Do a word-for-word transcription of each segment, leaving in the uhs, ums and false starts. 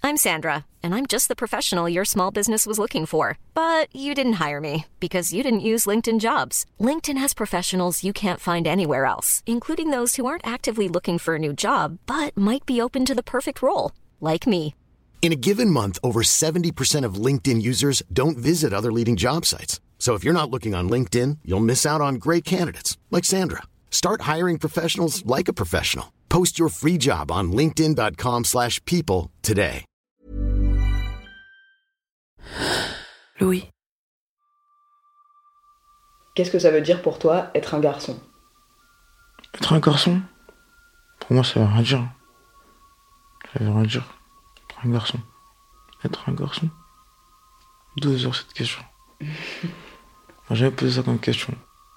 I'm Sandra, and I'm just the professional your small business was looking for. But you didn't hire me because you didn't use LinkedIn Jobs. LinkedIn has professionals you can't find anywhere else, including those who aren't actively looking for a new job, but might be open to the perfect role, like me. In a given month, over seventy percent of LinkedIn users don't visit other leading job sites. So if you're not looking on LinkedIn, you'll miss out on great candidates like Sandra. Start hiring professionals like a professional. Post your free job on linkedin dot com slash people today. Louis. Qu'est-ce que ça veut dire pour toi, être un garçon ? Être un garçon ? Pour moi, ça veut rien dire. Ça veut rien dire. Être un garçon. Être un garçon. Deux heures cette question. J'ai jamais posé ça comme question.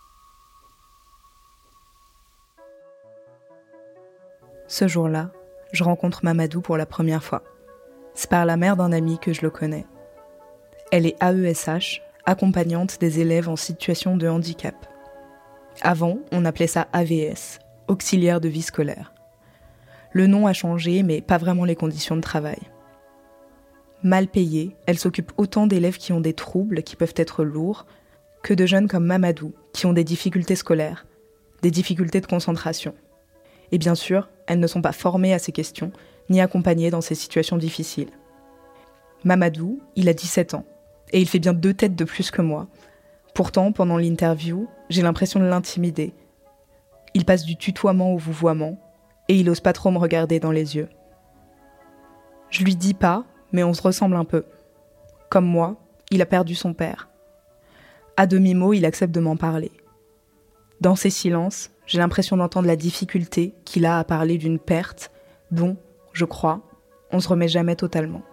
Ce jour-là, je rencontre Mamadou pour la première fois. C'est par la mère d'un ami que je le connais. Elle est A E S H, accompagnante des élèves en situation de handicap. Avant, on appelait ça A V S, auxiliaire de vie scolaire. Le nom a changé, mais pas vraiment les conditions de travail. Mal payée, elle s'occupe autant d'élèves qui ont des troubles qui peuvent être lourds, que de jeunes comme Mamadou, qui ont des difficultés scolaires, des difficultés de concentration. Et bien sûr, elles ne sont pas formées à ces questions, ni accompagnées dans ces situations difficiles. Mamadou, il a dix-sept ans, et il fait bien deux têtes de plus que moi. Pourtant, pendant l'interview, j'ai l'impression de l'intimider. Il passe du tutoiement au vouvoiement, et il ose pas trop me regarder dans les yeux. Je lui dis pas, mais on se ressemble un peu. Comme moi, il a perdu son père. À demi-mot, il accepte de m'en parler. Dans ces silences, j'ai l'impression d'entendre la difficulté qu'il a à parler d'une perte dont, je crois, on ne se remet jamais totalement.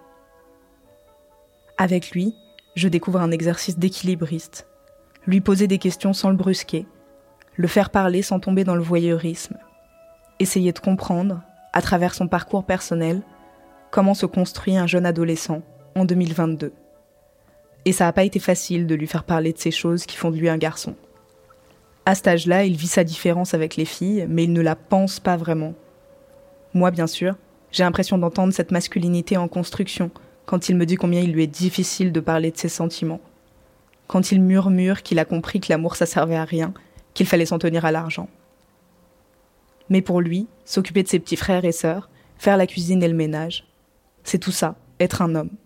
Avec lui, je découvre un exercice d'équilibriste. Lui poser des questions sans le brusquer, le faire parler sans tomber dans le voyeurisme. Essayer de comprendre, à travers son parcours personnel, comment se construit un jeune adolescent en deux mille vingt-deux. Et ça n'a pas été facile de lui faire parler de ces choses qui font de lui un garçon. À cet âge-là, il vit sa différence avec les filles, mais il ne la pense pas vraiment. Moi, bien sûr, j'ai l'impression d'entendre cette masculinité en construction quand il me dit combien il lui est difficile de parler de ses sentiments. Quand il murmure qu'il a compris que l'amour ça servait à rien, qu'il fallait s'en tenir à l'argent. Mais pour lui, s'occuper de ses petits frères et sœurs, faire la cuisine et le ménage, c'est tout ça, être un homme.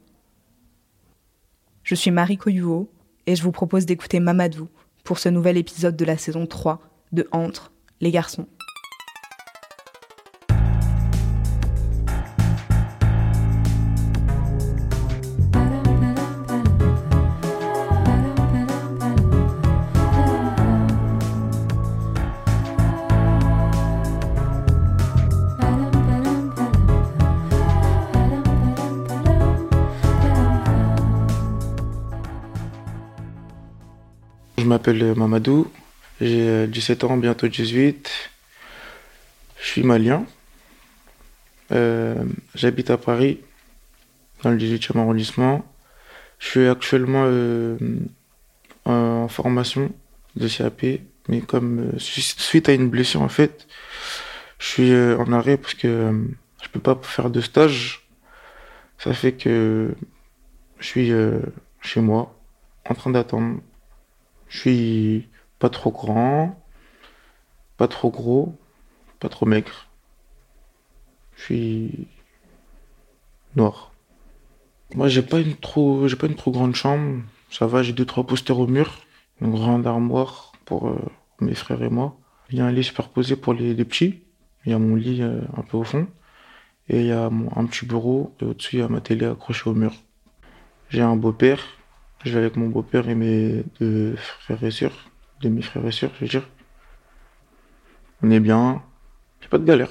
Je suis Marie Coyuot et je vous propose d'écouter Mamadou pour ce nouvel épisode de la saison trois de Entre les garçons. Je m'appelle Mamadou, j'ai dix-sept ans, bientôt dix-huit. Je suis malien. Euh, j'habite à Paris, dans le dix-huitième arrondissement. Je suis actuellement euh, en formation de C A P, mais comme euh, suite à une blessure en fait, je suis euh, en arrêt parce que euh, je peux pas faire de stage. Ça fait que je suis euh, chez moi, en train d'attendre. Je suis pas trop grand, pas trop gros, pas trop maigre. Je suis noir. Moi, j'ai pas une trop, j'ai pas une trop grande chambre. Ça va, j'ai deux trois posters au mur, une grande armoire pour euh, mes frères et moi. Il y a un lit superposé pour les, les petits. Il y a mon lit euh, un peu au fond. Et il y a mon, un petit bureau. Et au-dessus, il y a ma télé accrochée au mur. J'ai un beau-père. Je vais avec mon beau-père et mes deux frères et sœurs, de mes frères et sœurs, je veux dire. On est bien, j'ai pas de galère.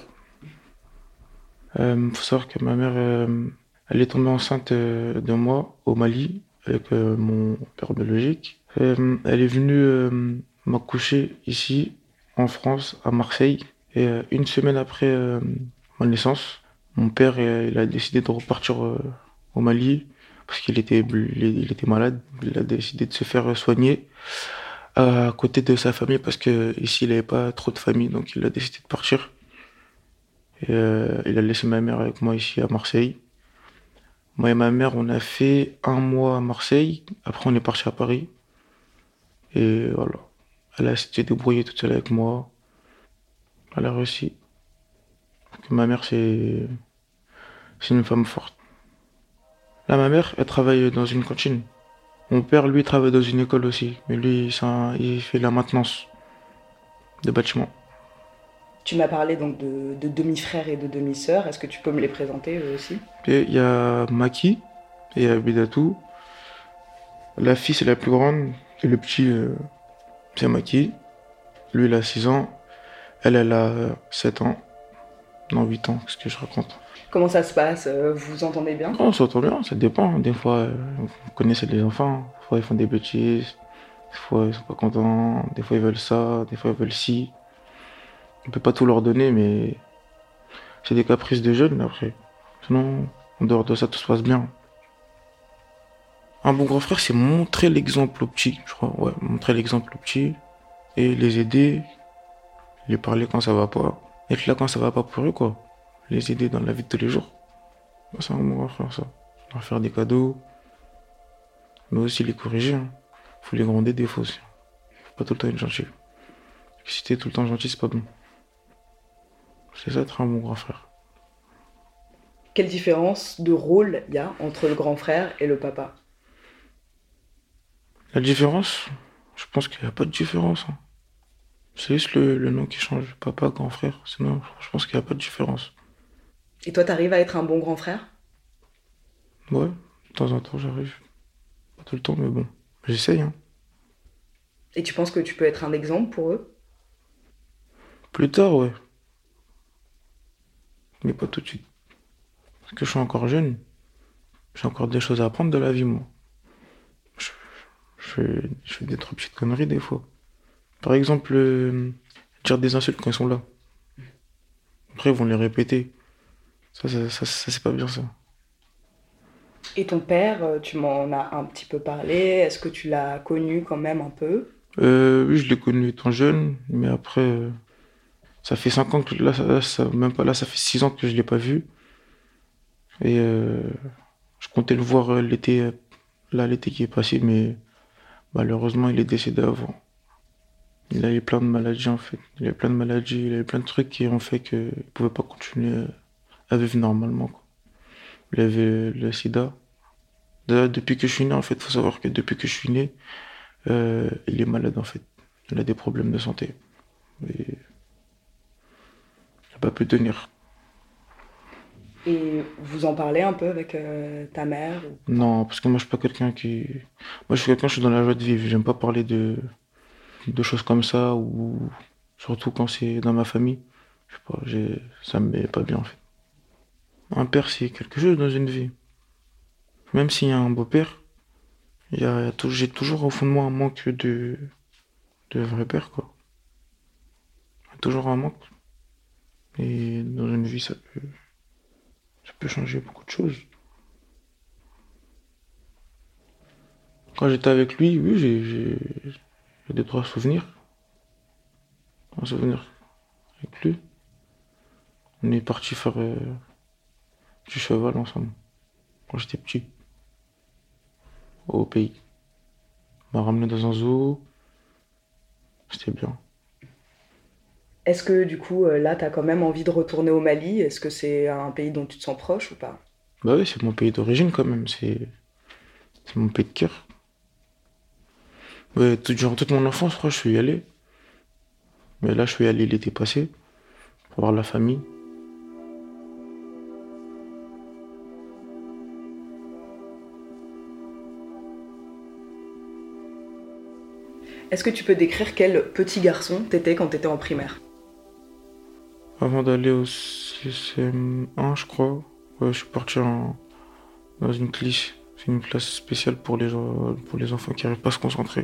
Euh, faut savoir que ma mère, euh, elle est tombée enceinte euh, de moi au Mali avec euh, mon père biologique. Euh, elle est venue euh, m'accoucher ici, en France, à Marseille. Et euh, une semaine après euh, ma naissance, mon père euh, il a décidé de repartir euh, au Mali. Parce qu'il était, il était malade, il a décidé de se faire soigner à côté de sa famille parce que ici il n'avait pas trop de famille, donc il a décidé de partir. Et euh, il a laissé ma mère avec moi ici à Marseille. Moi et ma mère, on a fait un mois à Marseille. Après, on est parti à Paris. Et voilà. Elle a essayé de se débrouiller toute seule avec moi. Elle a réussi. Donc, ma mère, c'est... c'est une femme forte. Là, ma mère, elle travaille dans une cantine. Mon père, lui, travaille dans une école aussi. Mais lui, c'est un- il fait la maintenance de bâtiments. Tu m'as parlé donc de, de demi-frères et de demi-sœurs. Est-ce que tu peux me les présenter eux aussi? Et il y a Maki et Abidatou. La fille, c'est la plus grande. Et le petit, euh, c'est Maki. Lui, il a six ans. Elle, elle a euh, sept ans. Non, huit ans, qu'est-ce que je raconte? Comment ça se passe? Euh, Vous vous entendez bien? Oh, on s'entend bien, ça dépend. Des fois, euh, vous connaissez les enfants. Des fois, ils font des bêtises. Des fois, ils sont pas contents. Des fois, ils veulent ça. Des fois, ils veulent ci. On peut pas tout leur donner, mais c'est des caprices de jeunes, après. Sinon, en dehors de ça, tout se passe bien. Un bon grand frère, c'est montrer l'exemple au petit, je crois. Ouais, montrer l'exemple au petit. Et les aider. Les parler quand ça va pas. Être là quand ça va pas pour eux, quoi. Les aider dans la vie de tous les jours. C'est un bon grand frère, ça. Leur faire des cadeaux. Mais aussi les corriger, hein. Faut les gronder des fois aussi. Faut pas tout le temps être gentil. Si t'es tout le temps gentil, c'est pas bon. C'est ça, être un bon grand frère. Quelle différence de rôle il y a entre le grand frère et le papa? La différence, je pense qu'il n'y a pas de différence, hein. C'est juste le, le nom qui change. Papa, grand frère. Sinon, je pense qu'il n'y a pas de différence. Et toi, t'arrives à être un bon grand frère? Ouais, de temps en temps, j'arrive. Pas tout le temps, mais bon. J'essaye, hein. Et tu penses que tu peux être un exemple pour eux? Plus tard, ouais. Mais pas tout de suite. Parce que je suis encore jeune. J'ai encore des choses à apprendre de la vie, moi. Je, je fais, je fais des trop petites conneries, des fois. Par exemple, euh, dire des insultes quand ils sont là. Après, ils vont les répéter. Ça, ça, ça, ça, c'est pas bien, ça. Et ton père, euh, tu m'en as un petit peu parlé. Est-ce que tu l'as connu quand même un peu? Euh, oui, je l'ai connu étant jeune, mais après, euh, ça fait cinq ans que là, ça, ça- même pas là, ça fait six ans que je l'ai pas vu. Et euh, je comptais le voir euh, l'été, euh, là, l'été qui est passé, mais malheureusement, il est décédé avant. Il a eu plein de maladies, en fait. Il a eu plein de maladies, il a eu plein de trucs qui ont fait qu'il ne pouvait pas continuer euh, à vivre normalement, quoi. Il avait le sida. Déjà, depuis que je suis né, en fait, faut savoir que depuis que je suis né, euh, il est malade, en fait. Il a des problèmes de santé. Et il n'a pas pu tenir. Et vous en parlez un peu avec euh, ta mère ou- Non, parce que moi, je suis pas quelqu'un qui... Moi, je suis quelqu'un, je suis dans la joie de vivre. J'aime pas parler de, de choses comme ça, ou surtout quand c'est dans ma famille. Je sais pas, j'ai... ça me met pas bien, en fait. Un père, c'est quelque chose dans une vie. Même s'il y a un beau-père, il y a, il y a tou- j'ai toujours au fond de moi un manque de, de vrai père, quoi. Il y a toujours un manque. Et dans une vie, ça peut, ça peut changer beaucoup de choses. Quand j'étais avec lui, oui, j'ai, j'ai, j'ai des trois souvenirs. Un souvenir avec lui. On est parti faire euh, du cheval ensemble, quand j'étais petit, au pays. Il m'a ramené dans un zoo. C'était bien. Est-ce que du coup, euh, là, t'as quand même envie de retourner au Mali? Est-ce que c'est un pays dont tu te sens proche ou pas? Bah oui, c'est mon pays d'origine quand même. C'est, c'est mon pays de cœur. Ouais, tout, durant toute mon enfance, je crois, je suis y allé. Mais là, je suis allé l'été passé pour voir la famille. Est-ce que tu peux décrire quel petit garçon t'étais quand t'étais en primaire? Avant d'aller au C M un, je crois, ouais, je suis parti en, dans une classe. C'est une classe spéciale pour les, gens, pour les enfants qui n'arrivent pas à se concentrer.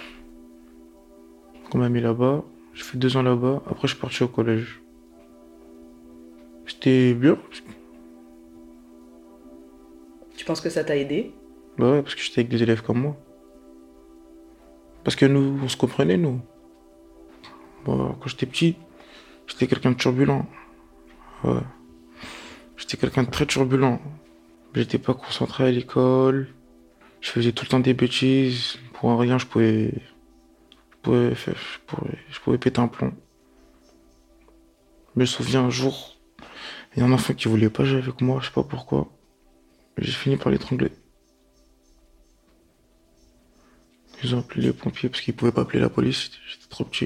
On m'a mis là-bas. J'ai fait deux ans là-bas. Après, je suis parti au collège. C'était bien. Tu penses que ça t'a aidé? Bah ouais, parce que j'étais avec des élèves comme moi. Parce que nous, on se comprenait, nous. Bon, quand j'étais petit, j'étais quelqu'un de turbulent. Ouais. J'étais quelqu'un de très turbulent. J'étais pas concentré à l'école. Je faisais tout le temps des bêtises. Pour rien, je pouvais... Je pouvais, faire- je pouvais, je pouvais péter un plomb. Je me souviens un jour, il y a un enfant qui voulait pas jouer avec moi, je sais pas pourquoi. J'ai fini par l'étrangler. Ils ont appelé les pompiers parce qu'ils pouvaient pas appeler la police, j'étais trop petit.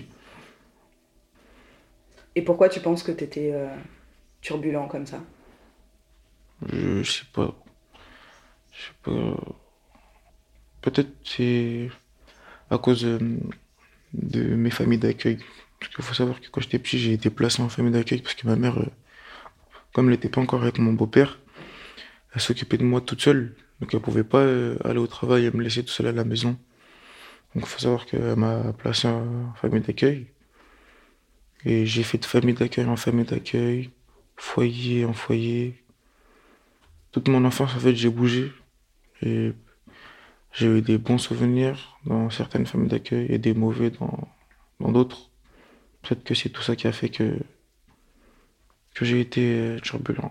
Et pourquoi tu penses que t'étais euh, turbulent comme ça? Je, je sais pas. Je sais pas. Peut-être c'est à cause de, de mes familles d'accueil. Parce qu'il faut savoir que quand j'étais petit, j'ai été placé en famille d'accueil parce que ma mère, euh, comme elle n'était pas encore avec mon beau-père, elle s'occupait de moi toute seule. Donc elle pouvait pas euh, aller au travail et me laisser tout seul à la maison. Donc il faut savoir qu'elle m'a placé en famille d'accueil. Et j'ai fait de famille d'accueil en famille d'accueil, foyer en foyer. Toute mon enfance, en fait, j'ai bougé. Et j'ai eu des bons souvenirs dans certaines familles d'accueil et des mauvais dans, dans d'autres. Peut-être que c'est tout ça qui a fait que, que j'ai été euh, turbulent.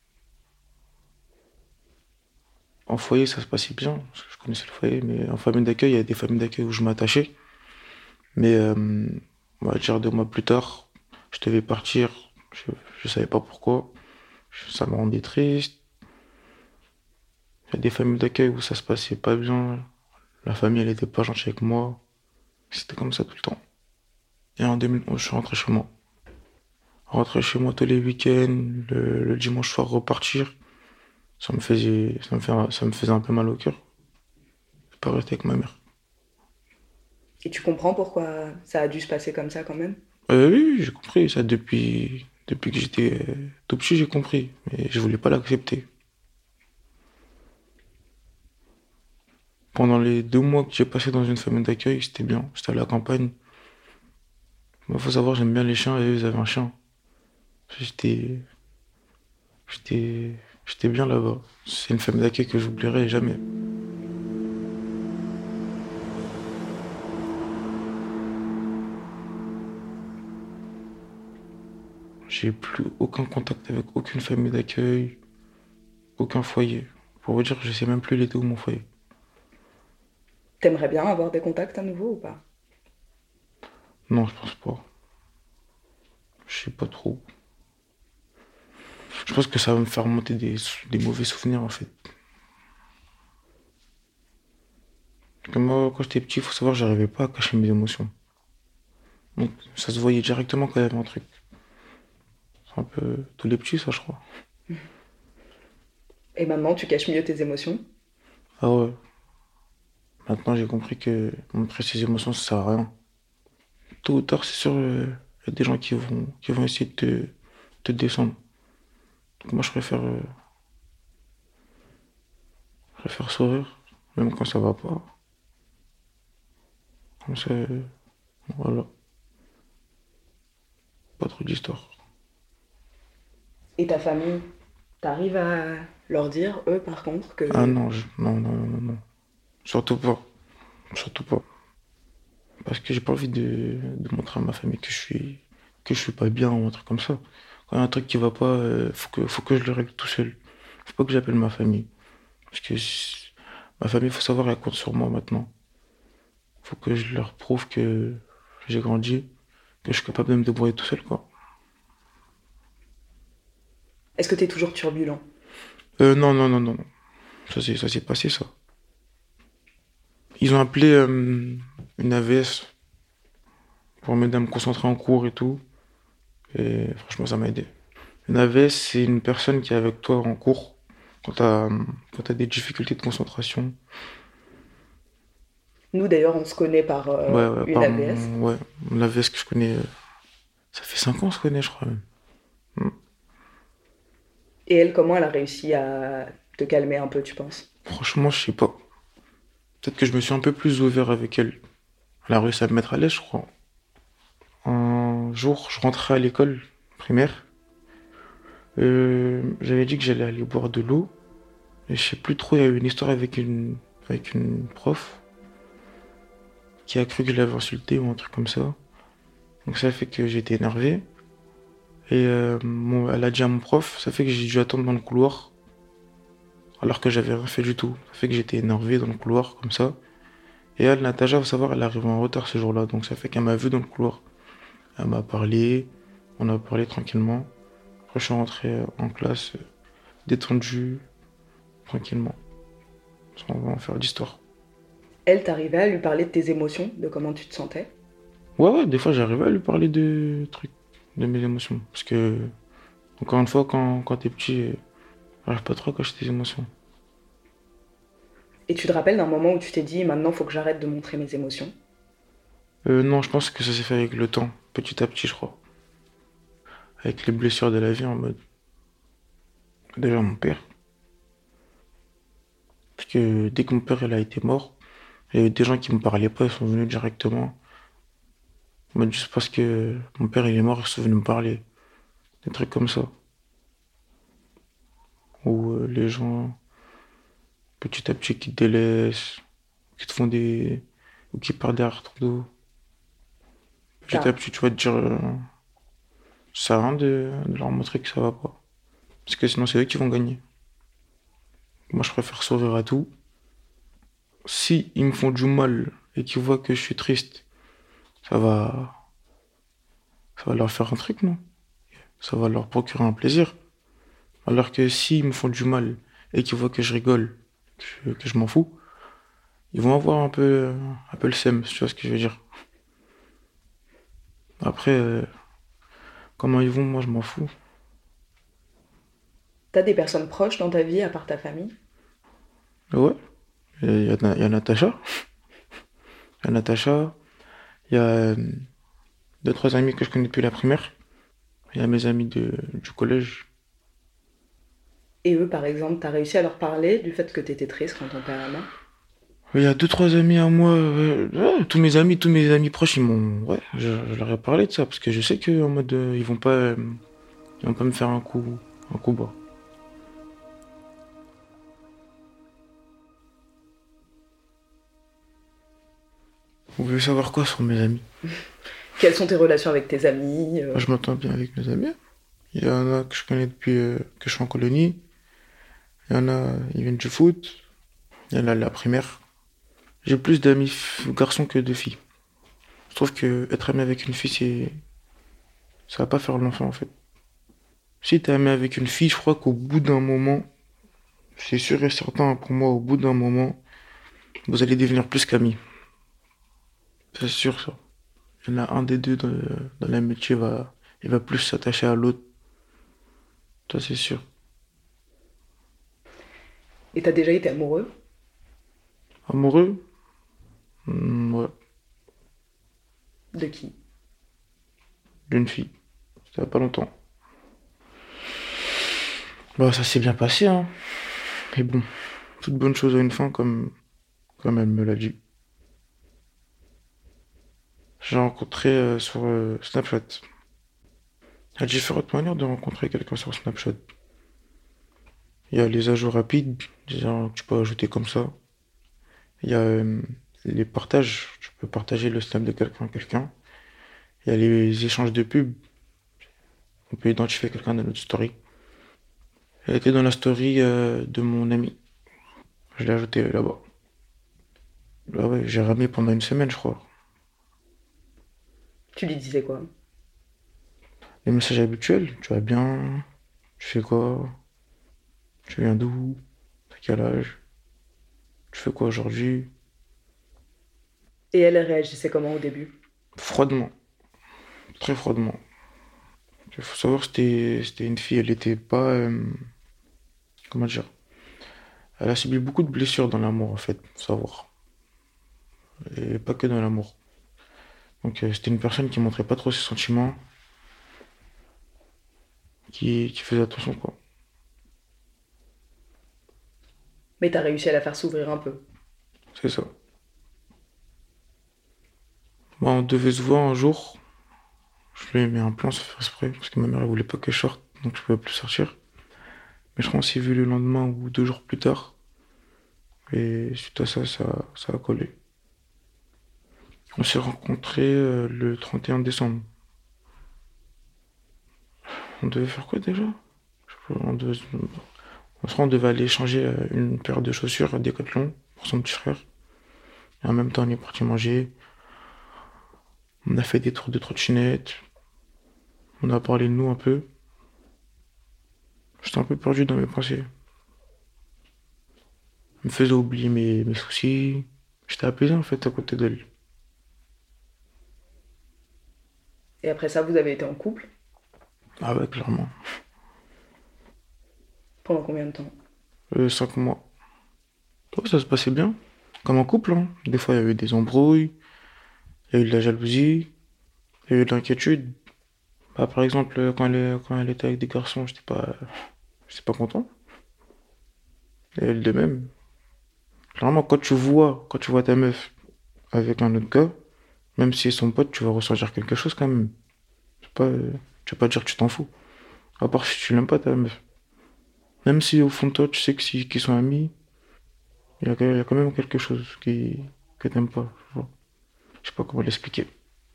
En foyer, ça se passait bien, parce que je connaissais le foyer, mais en famille d'accueil, il y a des familles d'accueil où je m'attachais. Mais euh, on va dire deux mois plus tard, je devais partir, je, je savais pas pourquoi. Ça me rendait triste. Il y a des familles d'accueil où ça se passait pas bien. La famille, elle était pas gentille avec moi. C'était comme ça tout le temps. Et en deux mille onze, je suis rentré chez moi. Rentrer chez moi tous les week-ends, le, le dimanche soir repartir, ça me faisait, ça me fait- ça me faisait un peu mal au cœur. Je pas rester avec ma mère. Et tu comprends pourquoi ça a dû se passer comme ça quand même? Euh, oui, oui, j'ai compris ça depuis, depuis que j'étais euh, tout petit, j'ai compris. Mais je voulais pas l'accepter. Pendant les deux mois que j'ai passé dans une famille d'accueil, c'était bien. C'était à la campagne. Il faut savoir, j'aime bien les chiens et eux, ils avaient un chien. J'étais, j'étais, j'étais bien là-bas. C'est une famille d'accueil que j'oublierai jamais. J'ai plus aucun contact avec aucune famille d'accueil, aucun foyer. Pour vous dire, je sais même plus il était où mon foyer. T'aimerais bien avoir des contacts à nouveau ou pas? Non, je pense pas. Je sais pas trop. Je pense que ça va me faire remonter des, sou- des mauvais souvenirs en fait. Parce que moi, quand j'étais petit, il faut savoir, j'arrivais pas à cacher mes émotions. Donc ça se voyait directement quand il y avait un truc. C'est un peu tous les petits, ça, je crois. Et maintenant, tu caches mieux tes émotions? Ah ouais. Maintenant, j'ai compris que montrer ses émotions, ça sert à rien. Tôt ou tard, c'est sûr, il y a des gens qui vont, qui vont essayer de te, te descendre. Donc moi, je préfère, euh, je préfère sourire, même quand ça va pas. Comme ça, euh, voilà. Pas trop d'histoire. Et ta famille, t'arrives à leur dire, eux, par contre, que... Ah non, je- non, non, non, non, non. Surtout pas. Surtout pas. Parce que j'ai pas envie de, de montrer à ma famille que je suis, que je suis pas bien ou un truc comme ça. Quand il y a un truc qui va pas, euh, faut que, faut que je le règle tout seul. Faut pas que j'appelle ma famille. Parce que si- ma famille, faut savoir, elle compte sur moi maintenant. Faut que je leur prouve que j'ai grandi, que je suis capable de me débrouiller tout seul, quoi. Est-ce que t'es toujours turbulent? Euh, non, non, non, non, non. Ça s'est, ça s'est passé, ça. Ils ont appelé euh, une A V S pour m'aider à me concentrer en cours et tout. Et franchement, ça m'a aidé. Une A V S, c'est une personne qui est avec toi en cours quand t'as, quand t'as des difficultés de concentration. Nous, d'ailleurs, on se connaît par euh, Ouais, ouais, une par A V S. mon- ouais, une A V S que je connais. euh, Ça fait cinq ans qu'on se connaît, je crois même. Mm. Et elle, comment elle a réussi à te calmer un peu, tu penses? Franchement, je sais pas. Peut-être que je me suis un peu plus ouvert avec elle. Elle a réussi à me mettre à l'aise, je crois. Un jour, je rentrais à l'école primaire. Euh, j'avais dit que j'allais aller boire de l'eau. Et je sais plus trop, il y a eu une histoire avec une, avec une prof qui a cru que je l'avais insulté ou un truc comme ça. Donc ça fait que j'ai été énervé. Et euh, mon- elle a dit à mon prof, ça fait que j'ai dû attendre dans le couloir alors que j'avais rien fait du tout. Ça fait que j'étais énervé dans le couloir, comme ça. Et elle, Natacha, faut savoir, elle arrive en retard ce jour-là, donc ça fait qu'elle m'a vu dans le couloir. Elle m'a parlé, on a parlé tranquillement. Après, je suis rentré en classe, euh, détendu, tranquillement, sans en faire d'histoire. Elle, t'arrivait à lui parler de tes émotions, de comment tu te sentais? Ouais, ouais, des fois, j'arrivais à lui parler de trucs, de mes émotions. Parce que, encore une fois, quand, quand t'es petit, euh, j'arrive pas trop à cacher tes émotions. Et tu te rappelles d'un moment où tu t'es dit, maintenant, faut que j'arrête de montrer mes émotions? Euh, non, je pense que ça s'est fait avec le temps, petit à petit, je crois. Avec les blessures de la vie, en mode. Déjà, mon père. Parce que dès que mon père il a été mort, il y avait des gens qui me parlaient pas, ils sont venus directement. En mode juste parce que mon père il est mort, ils sont venus me parler. Des trucs comme ça. Où euh, les gens, petit à petit, qui te délaissent, qui te font des. Ou qui partent derrière ton dos. Petit T'as- à petit, tu vas te dire. euh, Ça sert à rien de, de leur montrer que ça va pas. Parce que sinon, c'est eux qui vont gagner. Moi, je préfère sourire à tout. Si ils me font du mal et qu'ils voient que je suis triste, ça va. Ça va leur faire un truc, non? Ça va leur procurer un plaisir. Alors que s'ils me font du mal et qu'ils voient que je rigole, que je, que je m'en fous, ils vont avoir un peu, un peu le seum, si tu vois ce que je veux dire. Après, euh, comment ils vont, moi je m'en fous. T'as des personnes proches dans ta vie, à part ta famille? Ouais, il y, a il y a Natacha. Il y a Natacha. Il y a euh, deux, trois amis que je connais depuis la primaire. Il y a mes amis de, du collège. Et eux, par exemple, t'as réussi à leur parler du fait que t'étais triste quand ton père est mort? Il y a deux, trois amis à moi. euh, ouais, tous mes amis, tous mes amis proches, ils m'ont. Ouais, je, je leur ai parlé de ça. Parce que je sais qu'en mode. euh, ils vont pas. euh, ils vont pas me faire un coup, un coup bas. Vous voulez savoir quoi sur mes amis? Quelles sont tes relations avec tes amis? euh Moi, je m'entends bien avec mes amis. Il y en a que je connais depuis euh, que je suis en colonie. Il y en a, ils viennent du foot. Il y en a de la primaire. J'ai plus d'amis f- garçons que de filles. Je trouve que être ami avec une fille, c'est. Ça va pas faire l'enfant en fait. Si t'es ami avec une fille, je crois qu'au bout d'un moment, c'est sûr et certain pour moi, au bout d'un moment, vous allez devenir plus qu'amis. C'est sûr ça. Il y en a un des deux dans, dans l'amitié, va, il va plus s'attacher à l'autre. Ça c'est sûr. Et t'as déjà été amoureux? Amoureux? Hmm, ouais, De qui? d'une fille. Ça va pas longtemps. Bah ça s'est bien passé, hein. Mais bon, toute bonne chose a une fin, comme, comme elle me l'a dit. J'ai rencontré euh, sur euh, Snapchat. Il y a différentes manières de rencontrer quelqu'un sur Snapchat. Il y a les ajouts rapides, genre tu peux ajouter comme ça. Il y a euh, les partages, tu peux partager le snap de quelqu'un à quelqu'un. Il y a les échanges de pubs, on peut identifier quelqu'un dans notre story. Elle était dans la story euh, de mon ami. Je l'ai ajouté euh, là-bas. Bah ouais, j'ai ramé pendant une semaine, je crois. Tu lui disais quoi? Les messages habituels, tu vas bien, tu fais quoi, tu viens d'où, t'as quel âge, tu fais quoi aujourd'hui? Et elle, elle réagissait comment au début? Froidement, très froidement. Il faut savoir que c'était c'était une fille, elle était pas. euh, comment dire? Elle a subi beaucoup de blessures dans l'amour, en fait, faut savoir. Et pas que dans l'amour. Donc euh, c'était une personne qui montrait pas trop ses sentiments, qui, qui faisait attention, quoi. Mais t'as réussi à la faire s'ouvrir un peu. C'est ça. Moi, on devait se voir un jour. Je lui ai mis un plan sans faire exprès, parce que ma mère elle voulait pas que je sorte, donc je pouvais plus sortir. Mais je crois qu'on s'est vu le lendemain ou deux jours plus tard. Et suite à ça, ça, ça a collé. On s'est rencontrés euh, le trente et un décembre. On devait faire quoi déjà? Je sais pas, on devait, En soi, on devait aller changer euh, une paire de chaussures à Decathlon pour son petit frère. Et en même temps, on est parti manger. On a fait des tours de trottinette. On a parlé de nous un peu. J'étais un peu perdu dans mes pensées. Elle me faisait oublier mes, mes soucis. J'étais apaisé en fait à côté d'elle. Et après ça, vous avez été en couple? Ah ouais, clairement. Pendant combien de temps? Euh, cinq mois. Ouais, ça se passait bien. Comme en couple, hein. Des fois, il y a eu des embrouilles, il y a eu de la jalousie, il y a eu de l'inquiétude. Bah, par exemple, quand elle, quand elle était avec des garçons, j'étais pas, j'étais pas content. Et elle de même. Clairement, quand tu vois, quand tu vois ta meuf avec un autre gars, même si c'est son pote, tu vas ressentir quelque chose quand même. C'est pas, euh, tu vas pas dire que tu t'en fous. À part si tu l'aimes pas, ta meuf. Même si au fond de toi, tu sais que si, qu'ils sont amis, il y a, il y a quand même quelque chose qui, que t'aimes pas. Tu vois. Je sais pas comment l'expliquer.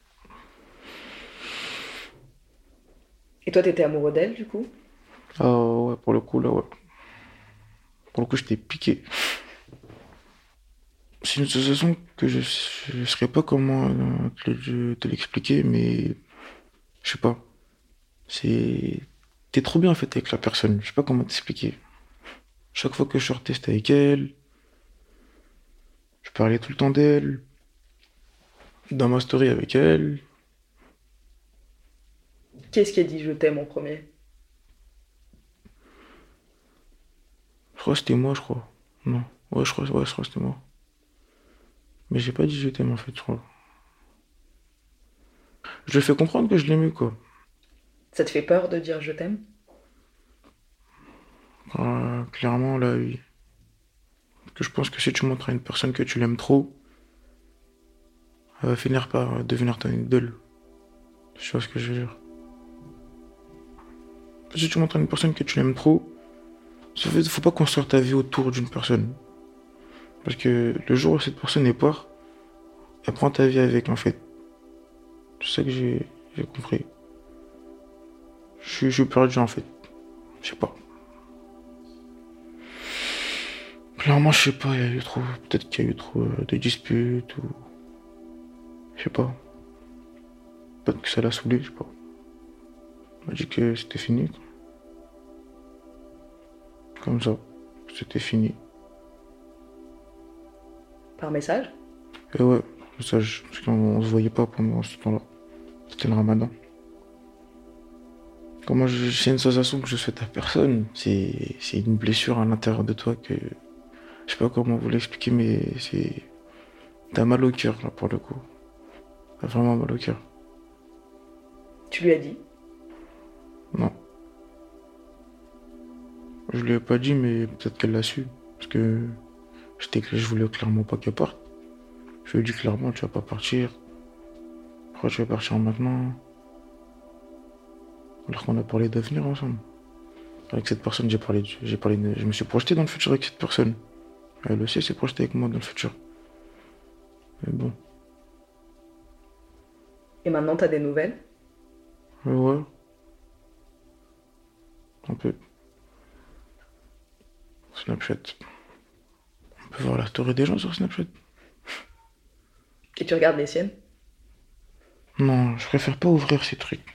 Et toi, t'étais amoureux d'elle, du coup? Ah ouais, pour le coup, là, ouais. Pour le coup, j'étais piqué. C'est une sensation que je ne saurais pas comment euh, te, le- te l'expliquer, mais je sais pas. C'est. T'es trop bien en fait avec la personne. Je sais pas comment t'expliquer. Chaque fois que je sortais, c'était avec elle. Je parlais tout le temps d'elle. Dans ma story avec elle. Qui est-ce qui a dit je t'aime en premier? Je crois que c'était moi, je crois. Non. Ouais, je crois, ouais, je crois que c'était moi. Mais j'ai pas dit je t'aime en fait, je crois. Je lui ai fait comprendre que je l'aimais, quoi. Ça te fait peur de dire je t'aime? Ah, clairement, là, oui. Parce que je pense que si tu montres à une personne que tu l'aimes trop, elle va finir par devenir ton idole. Tu vois ce que je veux dire? Si tu montres à une personne que tu l'aimes trop, ça fait, faut pas construire ta vie autour d'une personne. Parce que le jour où cette personne est part, elle prend ta vie avec, en fait. C'est ça que j'ai j'ai compris. Je suis, je suis perdu, en fait. Je sais pas. Clairement, je sais pas, il y a eu trop. Peut-être qu'il y a eu trop euh, de disputes ou. Je sais pas. Peut-être que ça l'a saoulé, je sais pas. Elle m'a dit que c'était fini, quoi. Comme ça. C'était fini. Par message? Et ouais, ça, je- parce qu'on on se voyait pas pendant ce temps-là. C'était le ramadan. Comment je, c'est une sensation que je souhaite à personne. C'est, c'est une blessure à l'intérieur de toi que. Je sais pas comment vous l'expliquer, mais c'est. T'as mal au cœur, là, pour le coup. T'as vraiment mal au cœur. Tu lui as dit? Non. Je lui ai pas dit, mais peut-être qu'elle l'a su. Parce que j'étais, je voulais clairement pas qu'elle parte. Je lui ai dit clairement, tu vas pas partir. Pourquoi tu vas partir maintenant? Alors qu'on a parlé d'avenir ensemble. Avec cette personne, j'ai parlé, de- j'ai parlé, de- je me suis projeté dans le futur avec cette personne. Elle aussi s'est projetée avec moi dans le futur. Mais bon, Et maintenant, t'as des nouvelles? ouais, ouais, un peu. Snapchat. On peut voir la story des gens sur Snapchat. Et tu regardes les siennes? Non, je préfère pas ouvrir ces trucs.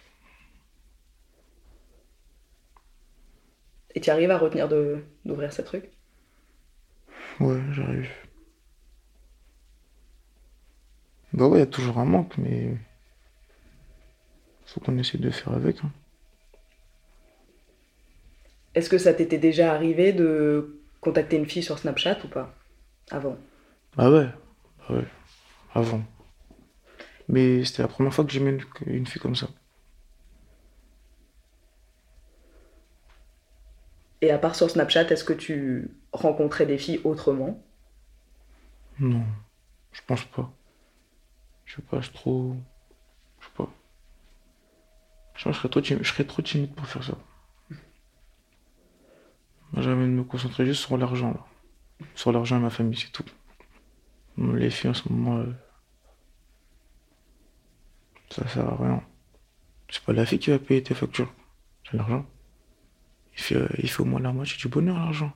Et tu arrives à retenir de d'ouvrir ces trucs? Ouais, j'arrive. Bah ouais, il y a toujours un manque, mais faut qu'on essaie de faire avec, hein. Est-ce que ça t'était déjà arrivé de contacter une fille sur Snapchat ou pas? Avant. Bah ouais, bah ouais, avant. Mais c'était la première fois que j'aimais une, une fille comme ça. Et à part sur Snapchat, est-ce que tu rencontrais des filles autrement? Non, je pense pas. Je sais pas, je trop. Je sais pas. Je pense que je serais trop timide, je serais trop timide pour faire ça. Moi, j'ai envie de me concentrer juste sur l'argent, là. Sur l'argent et ma famille, c'est tout. Les filles, en ce moment, euh, ça sert à rien. C'est pas la fille qui va payer tes factures, c'est l'argent. Il fait, euh, il fait au moins la moitié du bonheur, l'argent.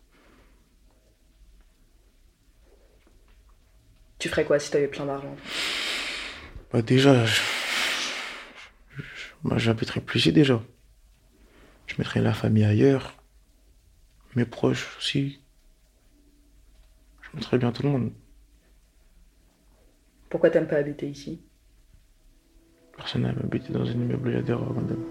Tu ferais quoi si t'avais plein d'argent? Bah déjà, je- moi j'habiterais plus ici déjà. Je mettrais la famille ailleurs, mes proches aussi. Je mettrais bien tout le monde. Pourquoi t'aimes pas habiter ici? Personne n'aime habiter dans un immeuble, il y a des erreurs, madame.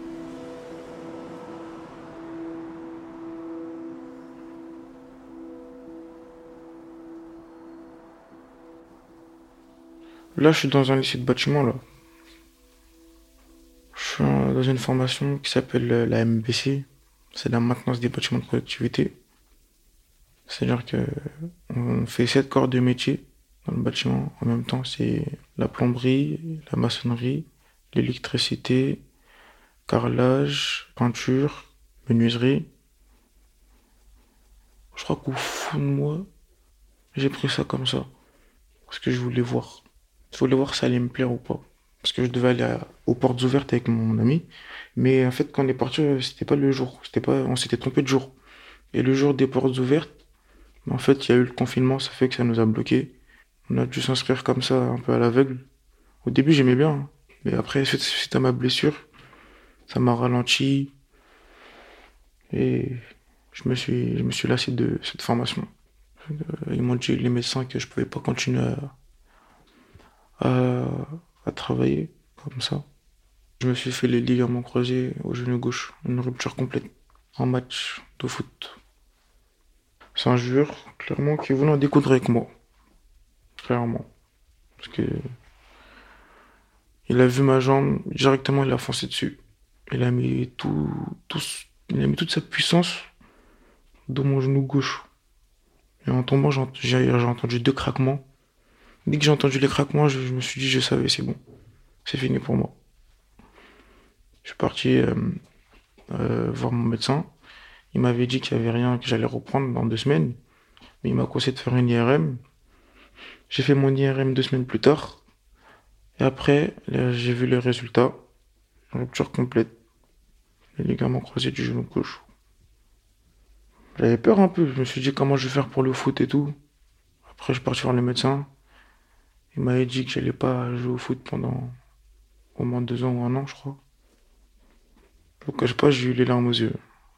Là, je suis dans un lycée de bâtiment, là. Je suis en- dans une formation qui s'appelle euh, la M B C. C'est la maintenance des bâtiments de productivité. C'est-à-dire que on fait sept corps de métier dans le bâtiment. En même temps, c'est la plomberie, la maçonnerie, l'électricité, carrelage, peinture, menuiserie. Je crois qu'au fond de moi, j'ai pris ça comme ça. Parce que je voulais voir. Je voulais voir si ça allait me plaire ou pas. Parce que je devais aller à- aux portes ouvertes avec mon ami. Mais en fait, quand on est parti, euh, c'était pas le jour. C'était pas, on s'était trompé de jour. Et le jour des portes ouvertes, en fait, il y a eu le confinement, ça fait que ça nous a bloqués. On a dû s'inscrire comme ça, un peu à l'aveugle. Au début, j'aimais bien, hein. Mais après, suite, suite à ma blessure, ça m'a ralenti. Et je me suis, je me suis lassé de cette formation. Euh, Ils m'ont dit, les médecins, que je pouvais pas continuer à, à, à travailler comme ça. Je me suis fait les ligaments croisés au genou gauche, une rupture complète en match de foot. C'est un joueur, clairement, qui voulait en découdre avec moi. Clairement. Parce que il a vu ma jambe, directement il a foncé dessus. Il a mis tout, tout, il a mis toute sa puissance dans mon genou gauche. Et en tombant, j'ai j'ai- j'ai entendu deux craquements. Dès que j'ai entendu les craquements, je, je me suis dit, je savais, c'est bon. C'est fini pour moi. Je suis parti euh, euh, voir mon médecin. Il m'avait dit qu'il n'y avait rien, que j'allais reprendre dans deux semaines. Mais il m'a conseillé de faire une I R M. J'ai fait mon I R M deux semaines plus tard. Et après, là, j'ai vu les résultats. Rupture complète. Les ligaments croisés du genou gauche. J'avais peur un peu. Je me suis dit comment je vais faire pour le foot et tout. Après, je suis parti voir le médecin. Il m'avait dit que j'allais pas jouer au foot pendant au moins deux ans ou un an, je crois. Je vous cache pas, j'ai eu les larmes aux yeux.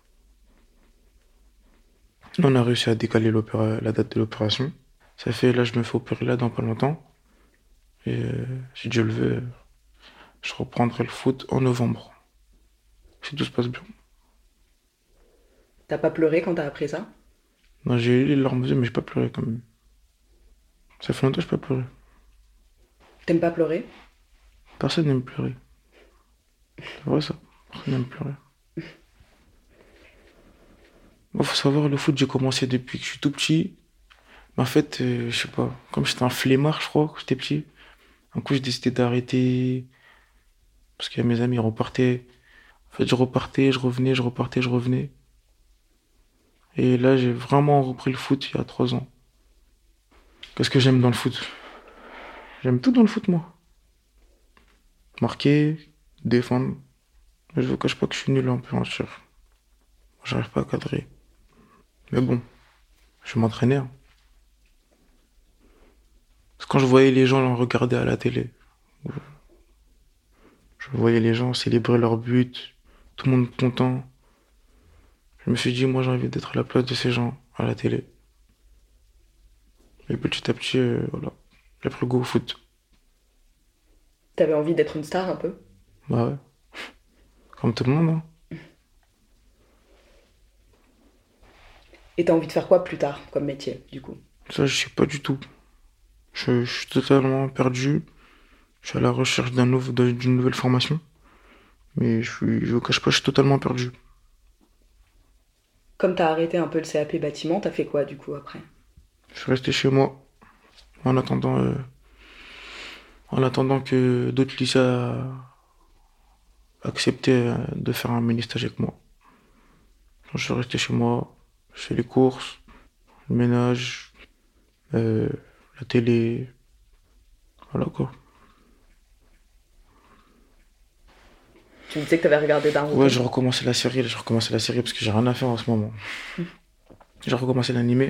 On a réussi à décaler l'opéra- la date de l'opération. Ça fait, là, je me fais opérer là dans pas longtemps. Et euh, si Dieu le veut, je reprendrai le foot en novembre. Si tout se passe bien. T'as pas pleuré quand t'as appris ça? Non, j'ai eu les larmes aux yeux, mais j'ai pas pleuré quand même. Ça fait longtemps que j'ai pas pleuré. T'aimes pas pleurer? Personne n'aime pleurer. C'est vrai ça. Personne n'aime pleurer. Moi, faut savoir, le foot, j'ai commencé depuis que je suis tout petit. Mais en fait, euh, je sais pas, comme j'étais un flemmard, je crois, quand j'étais petit, un coup, j'ai décidé d'arrêter. Parce que mes amis repartaient. En fait, je repartais, je revenais, je repartais, je revenais. Et là, j'ai vraiment repris le foot il y a trois ans. Qu'est-ce que j'aime dans le foot? J'aime tout dans le foot, moi. Marquer, défendre. Mais je vous cache pas que je suis nul un peu en tir. J'arrive pas à cadrer. Mais bon, je vais m'entraîner, hein. Parce que quand je voyais les gens regarder à la télé, je voyais les gens célébrer leur but, tout le monde content. Je me suis dit, moi j'ai envie d'être à la place de ces gens à la télé. Et petit à petit, euh, voilà, j'ai pris goût au foot. T'avais envie d'être une star un peu? Bah ouais, comme tout le monde, hein. Et t'as envie de faire quoi plus tard comme métier, du coup? Ça, je sais pas du tout. Je, je suis totalement perdu. Je suis à la recherche d'un nouveau, d'une nouvelle formation. Mais je suis, je vous cache pas, je suis totalement perdu. Comme t'as arrêté un peu le C A P bâtiment, t'as fait quoi du coup après? Je suis resté chez moi en attendant, euh, en attendant que d'autres lycées euh, acceptaient euh, de faire un mini stage avec moi. Je suis resté chez moi, je fais les courses, le ménage, euh, la télé, voilà quoi. Tu Tu disais que tu avais regardé Naruto. Ouais, j'ai recommencé la série, j'ai recommencé la série parce que j'ai rien à faire en ce moment. Mmh. J'ai recommencé l'animé.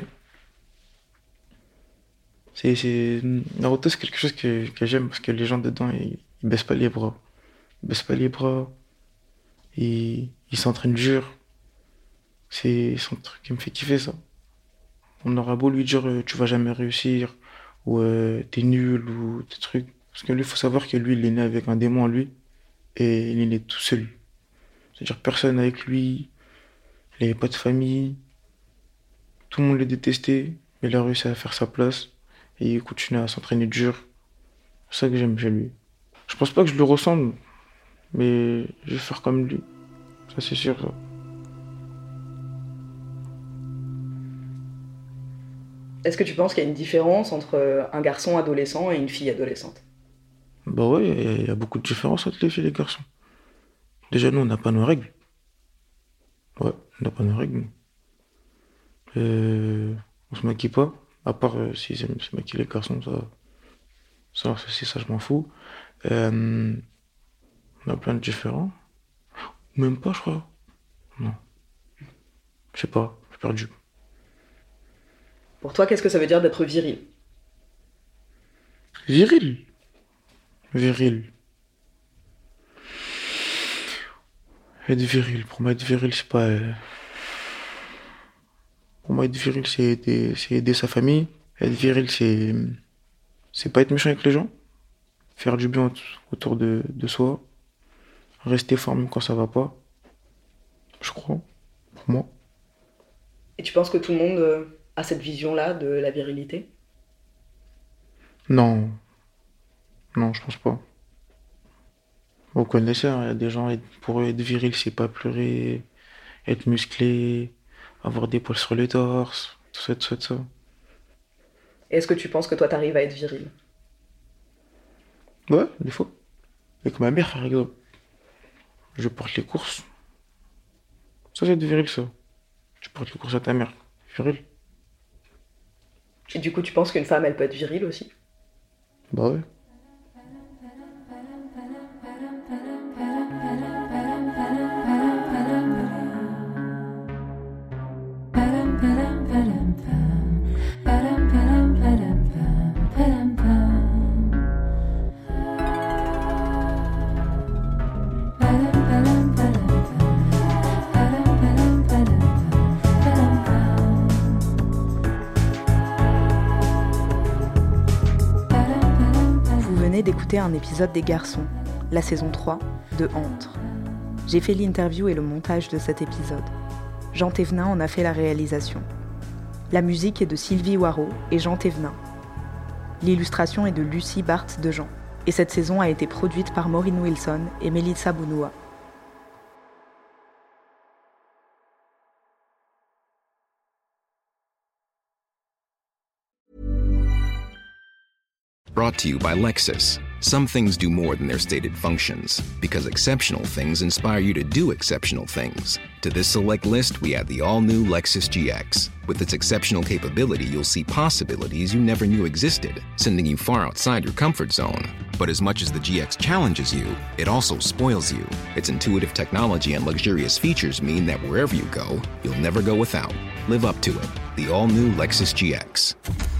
C'est, c'est... Naruto, c'est quelque chose que, que j'aime parce que les gens dedans, ils, ils baissent pas les bras. Ils baissent pas les bras. Ils, ils s'entraînent dur. C'est son truc qui me fait kiffer, ça. On aura beau lui dire euh, tu vas jamais réussir, ou euh, t'es nul, ou des trucs. Parce que lui, il faut savoir que lui, il est né avec un démon en lui, et il est né tout seul. C'est-à-dire personne avec lui, il n'avait pas de famille, tout le monde le détestait, mais il a réussi à faire sa place, et il continue à s'entraîner dur. C'est ça que j'aime chez lui. Je pense pas que je lui ressemble, mais je vais faire comme lui. Ça, c'est sûr, ça. Est-ce que tu penses qu'il y a une différence entre un garçon adolescent et une fille adolescente? Bah ouais, il y, y a beaucoup de différences entre les filles et les garçons. Déjà, nous, on n'a pas nos règles. Ouais, on n'a pas nos règles. Euh, on se maquille pas, à part euh, si c'est se maquiller les garçons, ça, ça, c'est ça, je m'en fous. Euh, on a plein de différents. Même pas, je crois. Non. Je sais pas, j'ai perdu. Pour toi, qu'est-ce que ça veut dire d'être viril? Viril. Viril. Être viril. Pour moi, être viril, c'est pas... Euh... Pour moi, être viril, c'est aider, c'est aider sa famille. Être viril, c'est... C'est pas être méchant avec les gens. Faire du bien autour de, de soi. Rester fort même quand ça va pas. Je crois. Pour moi. Et tu penses que tout le monde... Euh... à cette vision-là de la virilité? Non. Non, je pense pas. Vous connaissez, il y a des gens, pour eux, être viril, c'est pas pleurer, être musclé, avoir des poils sur le torse, tout ça, tout ça, tout ça. Et est-ce que tu penses que toi, t'arrives à être viril? Ouais, des fois. Avec ma mère, par exemple. Je porte les courses. Ça, c'est être viril, ça. Tu portes les courses à ta mère. Viril. Et du coup, tu penses qu'une femme, elle peut être virile aussi? Bah ouais. D'écouter un épisode des Garçons, la saison trois de Entre. J'ai fait l'interview et le montage de cet épisode. Jean Thévenin en a fait la réalisation. La musique est de Sylvie Waro et Jean Thévenin. L'illustration est de Lucie Barthes de Jean. Et cette saison a été produite par Maureen Wilson et Melissa Bounoua. Brought to you by Lexus. Some things do more than their stated functions, because exceptional things inspire you to do exceptional things. To this select list, we add the all-new Lexus G X. With its exceptional capability, you'll see possibilities you never knew existed, sending you far outside your comfort zone. But as much as the G X challenges you, it also spoils you. Its intuitive technology and luxurious features mean that wherever you go, you'll never go without. Live up to it. The all-new Lexus G X.